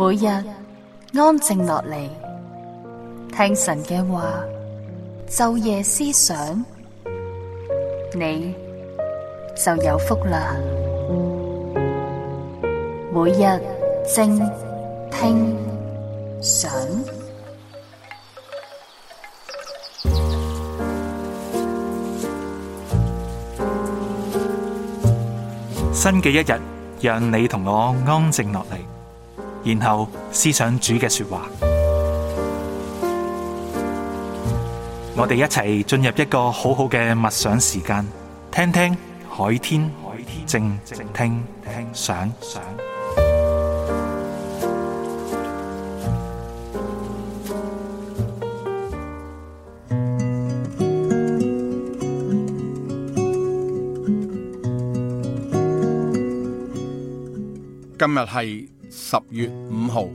每日安靜落嚟，聽神嘅話，晝夜思想，你就有福啦。每日靜聽想， 新嘅一日，讓你同我安靜落嚟，然後思想主嘅說話。我哋一齊進入一個好好嘅默想時間，聽聽海天，靜聽想。 今日係10月5號。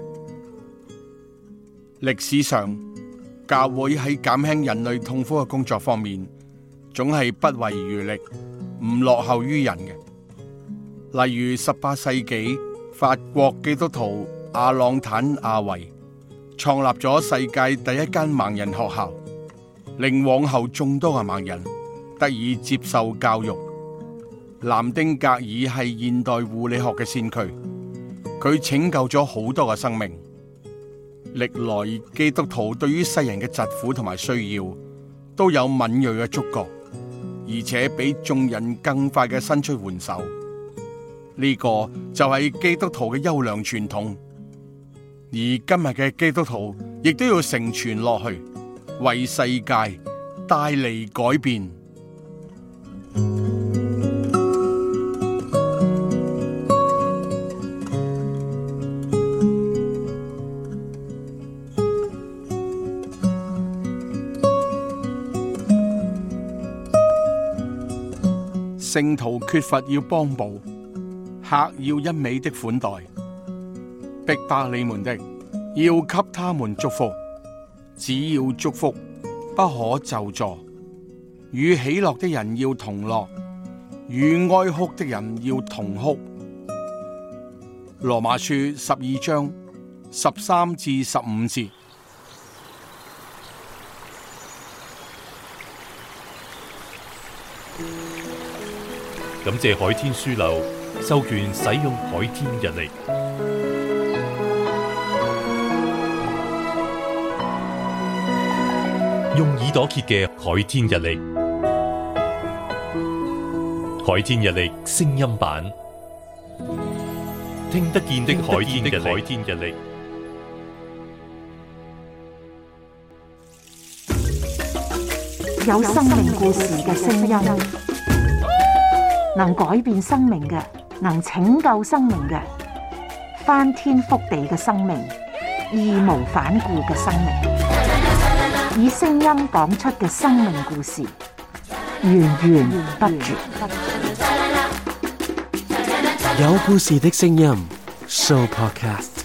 歷史上，教會喺減輕人類痛苦嘅工作方面，總係不遺餘力，唔落後於人嘅。例如18世紀法國基督徒阿朗坦阿維創立咗世界第一間盲人學校，令往後眾多嘅盲人得以接受教育。南丁格爾係現代護理學嘅先驅，佢拯救咗好多嘅生命。歷來基督徒對於世人嘅疾苦同埋需要都有敏銳嘅觸覺，而且比眾人更快嘅伸出援手。呢個就係基督徒嘅優良傳統，而今日嘅基督徒亦都要承傳落去，為世界帶嚟改變。聖徒缺乏要幫補，客要一味的款待，逼迫你們的要給他們祝福，只要祝福，不可咒詛。與喜樂的人要同樂，與哀哭的人要同哭。羅馬書12章13至15節。 感謝海天書樓授權使用海天日曆，用耳朵揭嘅海天日曆，海天日曆聲音版，聽得見的海天日曆， 有生命故事嘅聲音，能改變生命嘅，能拯救生命嘅，翻天覆地嘅生命，義無反顧嘅生命，以聲音講出嘅生命故事，源源不絕。 有故事的聲音 Show Podcast。